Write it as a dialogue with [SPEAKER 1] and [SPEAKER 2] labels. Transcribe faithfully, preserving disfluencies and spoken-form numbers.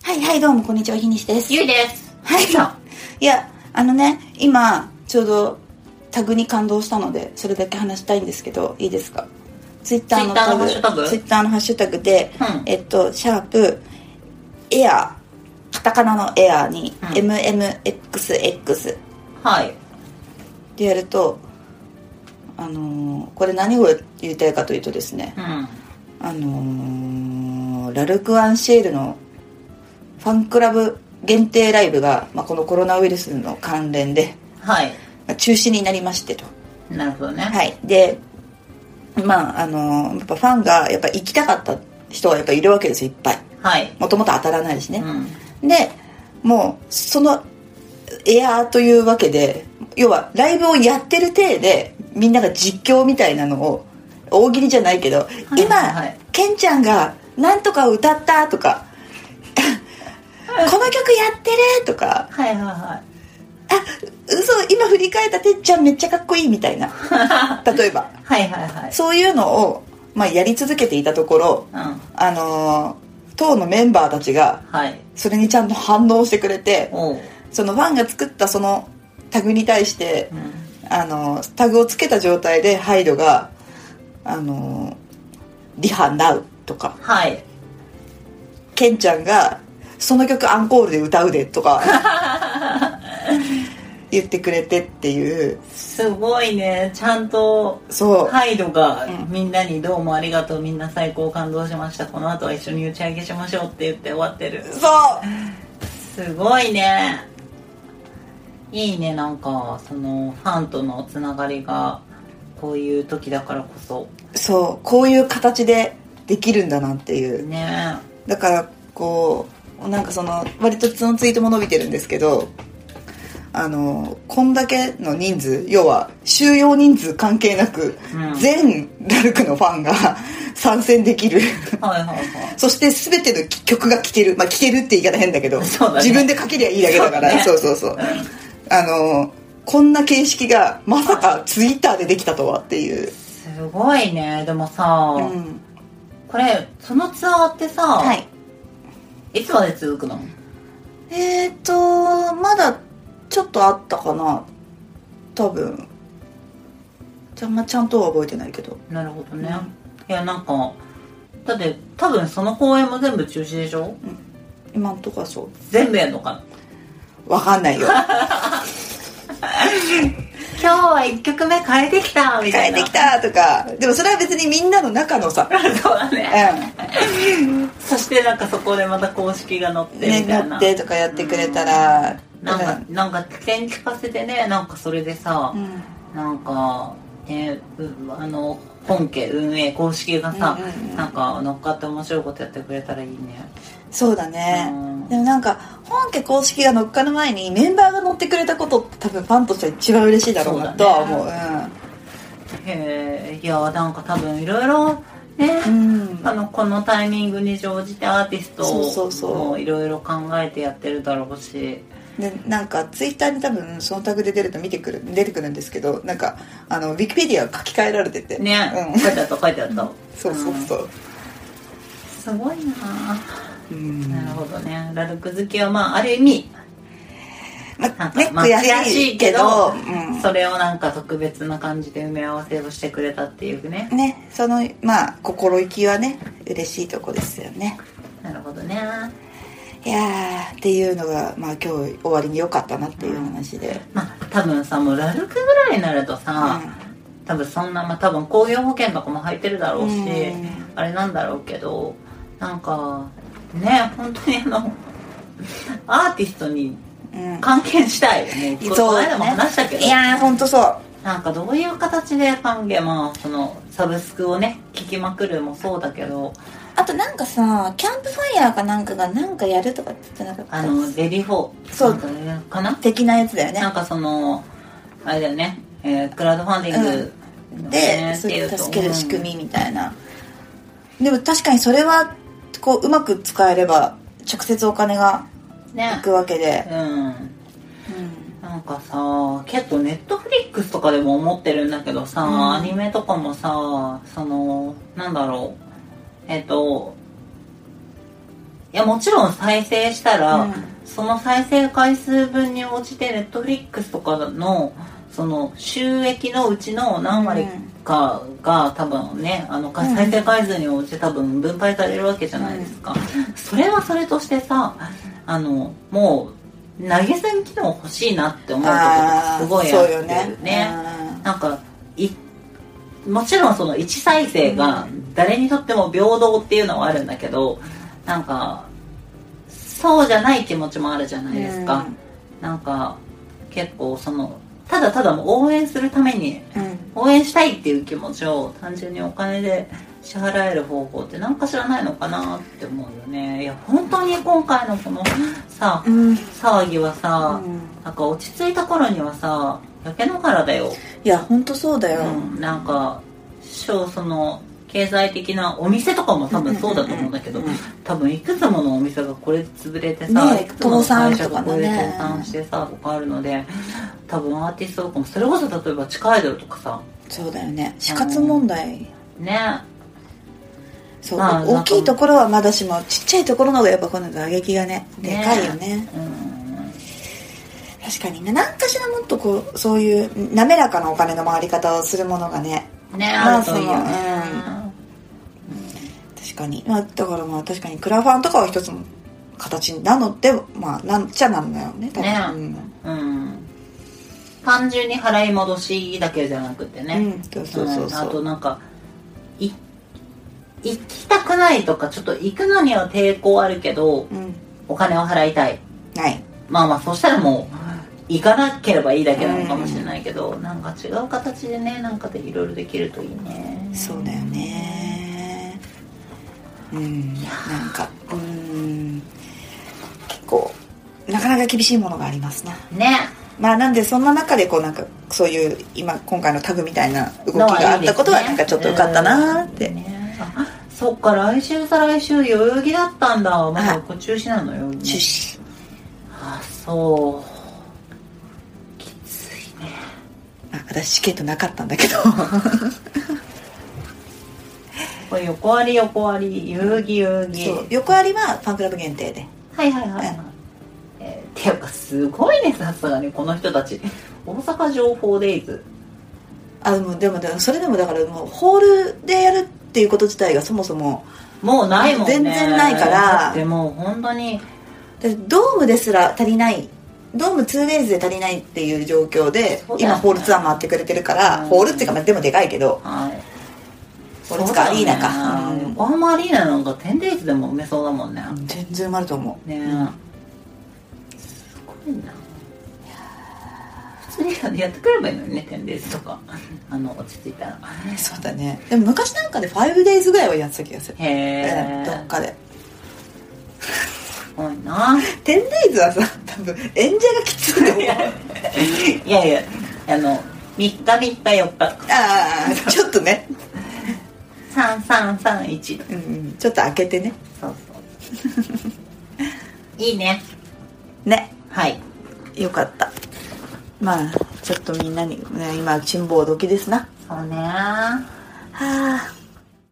[SPEAKER 1] はいはい、どうもこんにちは、ひにしです。
[SPEAKER 2] ゆいです。
[SPEAKER 1] はい。いや、あのね、今ちょうどタグに感動したのでそれだけ話したいんですけど、いいですか？ツイッターのタグ、ツイッターのハッシュタグで、うん、えっとシャープエア、カタカナのエアに、うん、エムエムエックスエックス
[SPEAKER 2] はい
[SPEAKER 1] でやると、あのー、これ何を言いたいかというとですね、うん、あのー、ラルク・アンシェールのファンクラブ限定ライブが、まあ、このコロナウイルスの関連で、
[SPEAKER 2] はい、
[SPEAKER 1] 中止になりましてと。
[SPEAKER 2] なるほどね。
[SPEAKER 1] はい。で、まああのやっぱファンがやっぱ行きたかった人はやっぱいるわけですよ、いっぱい。
[SPEAKER 2] はい。
[SPEAKER 1] もともと当たらないしね。うん、で、もうそのエアーというわけで、要はライブをやってる体でみんなが実況みたいなのを、大喜利じゃないけど、はいはいはい、今ケンちゃんがなんとか歌ったとか。この曲やってるとか、
[SPEAKER 2] はいはいはい、
[SPEAKER 1] あ、嘘、今振り返ったてっちゃんめっちゃかっこいいみたいな例えば
[SPEAKER 2] はいはいはい、
[SPEAKER 1] そういうのを、まあ、やり続けていたところ、うん、あのー、当のメンバーたちがそれにちゃんと反応してくれて、はい、そのファンが作ったそのタグに対して、うん、あのー、タグをつけた状態でハイドがあのー、リハナウとか、
[SPEAKER 2] はい、
[SPEAKER 1] ケンちゃんがその曲アンコールで歌うでとか言ってくれてっていう、
[SPEAKER 2] すごいね。ちゃんとハイドがみんなにどうもありがとう、みんな最高感動しました、この後は一緒に打ち上げしましょうって言って終わってる。
[SPEAKER 1] そう
[SPEAKER 2] すごいね。いいね。なんかそのファンとのつながりがこういう時だからこそ、
[SPEAKER 1] そうこういう形でできるんだなっていう
[SPEAKER 2] ね。
[SPEAKER 1] だからこうなんかその割とそのツイートも伸びてるんですけど、あのこんだけの人数、要は収容人数関係なく、うん、全ラルクのファンが参戦できるはいはい、はい、そして全ての曲が聴ける、まあ聴けるって言い方変だけど、ね、自分で書けりゃいいだけだから、そう、ね、そうそうそう、うん、あのこんな形式がまさかツイッターでできたとはっていう。
[SPEAKER 2] すごいね。でもさ、うん、これそのツアーってさ、はい、いつまで続くの？
[SPEAKER 1] えーとまだちょっとあったかな、多分。じゃあ、まあ、ちゃんとは覚えてないけど。
[SPEAKER 2] なるほどね、うん、いやなんかだって多分その公演も全部中止でしょ、うん、
[SPEAKER 1] 今んとこはそう。
[SPEAKER 2] 全部やんのかな、
[SPEAKER 1] わかんないよ
[SPEAKER 2] 今日はいっきょくめ変えてきたみたいな、
[SPEAKER 1] 変えてきたとか。でもそれは別にみんなの中のさ
[SPEAKER 2] そうだね、うん、そしてなんかそこでまた公式が載ってみたいな、
[SPEAKER 1] ね、載ってとかやってくれたら、
[SPEAKER 2] うん、なんかなんか天気かせてね、なんかそれでさ、うん、なんかね、あの本家運営公式がさ、うんうんうん、なんか乗っかって面白いことやってくれたらいいね。
[SPEAKER 1] そうだね、うん、でもなんか本家公式が乗っかる前にメンバーが乗ってくれたことって多分ファンとしては一番嬉しいだろうなとは思う。
[SPEAKER 2] そうだね、うん、へえ。いやなんか多分いろいろね、うん、あのこのタイミングに乗じてアーティストもいろいろ考えてやってるだろうし、
[SPEAKER 1] でなんかツイッターに多分そのタグで出ると見てくる出てくるんですけど、なんかあのウィキペディア書き換えられてて
[SPEAKER 2] ね、うん、書いてあった書いてあった
[SPEAKER 1] そうそうそう、うん、
[SPEAKER 2] すごいな。うん、なるほどね。ラルク好きはまあある意味、まなんかね、まあ、悔しいけど、うん、それをなんか特別な感じで埋め合わせをしてくれたっていうね。
[SPEAKER 1] ね、そのまあ心意気はね嬉しいとこですよね。
[SPEAKER 2] なるほどね。
[SPEAKER 1] いやーっていうのがまあ今日終わりに良かったなっていう話で、うん、
[SPEAKER 2] まあ多分さもうラルクぐらいになるとさ、うん、多分そんなまあ多分工業保険とかも入ってるだろうし、うん、あれなんだろうけど、なんかね本当にあのアーティストに還元したい、うん、もうこの間も話したけど、
[SPEAKER 1] いやー本当そう。
[SPEAKER 2] なんかどういう形で還元、まあそのサブスクをね聴きまくるもそうだけど、
[SPEAKER 1] あとなんかさキャンプファイヤーかなんかがなんかやるとかって言ってなかった？
[SPEAKER 2] あのレディフォー
[SPEAKER 1] そう
[SPEAKER 2] かな
[SPEAKER 1] 的なやつだよね。
[SPEAKER 2] なんかそのあれだよね、えー、クラウドファンディング、
[SPEAKER 1] うん、でそれ助ける仕組みみたいな、うん、でも確かにそれはこううまく使えれば直接お金がいくわけで、ね、うん、うん、
[SPEAKER 2] なんかさ結構ネットフリックスとかでも思ってるんだけどさ、うん、アニメとかもさそのなんだろうえっといやもちろん再生したら、
[SPEAKER 1] うん、
[SPEAKER 2] その再生回数分に応じてネットフリックスとかのその収益のうちの何割かが多分ね、あの再生回数に応じて多分分配されるわけじゃないですか、うん、それはそれとしてさ、あのもう投げ銭機能欲しいなって思うことがすごいあってるね。ね、なんかいもちろんそのいち再生が誰にとっても平等っていうのはあるんだけど、なんかそうじゃない気持ちもあるじゃないですか、うん、なんか結構そのただただもう応援するために、うん、応援したいっていう気持ちを単純にお金で支払える方法って何か知らないのかなって思うよね。いや本当に今回のこのさ、うん、騒ぎはさ、うん、なんか落ち着いた頃にはさ焼け野原だよ。
[SPEAKER 1] いや本当そうだよ、
[SPEAKER 2] うん、なんかその経済的なお店とかも多分そうだと思うんだけど、多分いくつものお店がこれで潰れてさ、ね、いくつもの会社がこれで倒産してさとかあるので、多分アーティストとかもそれこそ例えば地下アイドルとかさ、
[SPEAKER 1] そうだよね、死活問題
[SPEAKER 2] ね、
[SPEAKER 1] そう、まあ、大きいところはまだしもちっちゃいところの方がやっぱこの打撃がねでかいよね、ね、うん、確かにね、何かしらもっとこうそういう滑らかなお金の回り方をするものがね
[SPEAKER 2] ね、まあ、あるといいよね、
[SPEAKER 1] うん、確かに、まあ、だからまあ確かにクラファンとかは一つの形なので、まあなんちゃなんだよね多分
[SPEAKER 2] ね、うんうん、単純に払い戻しだけじゃなくてね、うん、
[SPEAKER 1] そうそうそうそう、
[SPEAKER 2] うん、あとなんかい行きたくないとかちょっと行くのには抵抗あるけど、うん、お金を払いたい、
[SPEAKER 1] はい、
[SPEAKER 2] まあまあそしたらもう行かなければいいだけなのかもしれないけど、うん、なんか違う形でね、なんかでいろいろできるといいね。
[SPEAKER 1] そうだよね、うん、なんかうん結構なかなか厳しいものがありますな
[SPEAKER 2] ね。
[SPEAKER 1] まあなんでそんな中でこうなんかそういう今今回のタグみたいな動きがあったことはなんかちょっと良かったなって、うんね、
[SPEAKER 2] あそっか、来週再来週代々木だったんだ。まだこ中止なのよ。
[SPEAKER 1] 中止。
[SPEAKER 2] あ、そう
[SPEAKER 1] 私チケットなかったんだけど
[SPEAKER 2] これ横割り横割り代々木代々木、
[SPEAKER 1] そう横割りはファンクラブ限定で、
[SPEAKER 2] はいはいはい、うん、えー、ていうかすごいね、さすがにこの人たち大阪城 フォーデイズ、
[SPEAKER 1] あでもでもでもそれでもだからもうホールでやるっていうこと自体がそもそも
[SPEAKER 2] もうないもんね、
[SPEAKER 1] 全然ないから、
[SPEAKER 2] だってもう本当に
[SPEAKER 1] ドームですら足りない、ドーム ツーデイズ で足りないっていう状況で、ね、今ホールツアー回ってくれてるから、うん、ホールっていうかでもでかいけど、はい、ホールつかアリーナか、
[SPEAKER 2] うん、横浜アリーナなんか テンデイズ でも埋めそうだもんね、
[SPEAKER 1] 全然埋まると思う
[SPEAKER 2] ね、うん、すごいな。普通にやってくればいいのにね、テンデイズ とかあの落ち着いたら
[SPEAKER 1] そうだね。でも昔なんかで ファイブデイズ ぐらいはやってた気がする、
[SPEAKER 2] へー、
[SPEAKER 1] どっかで。
[SPEAKER 2] すごいな。
[SPEAKER 1] テンデイズはさ、多分演者がきついと思う。
[SPEAKER 2] いやいや、あのみっかみっかよっか、あ
[SPEAKER 1] あちょっとね
[SPEAKER 2] さんさんさんいち、
[SPEAKER 1] うん、ちょっと開けてね。
[SPEAKER 2] そうそういいね
[SPEAKER 1] ね、
[SPEAKER 2] はい、
[SPEAKER 1] よかった。まあちょっとみんなに、ね、今辛抱時ですな。
[SPEAKER 2] そうね。は
[SPEAKER 1] あ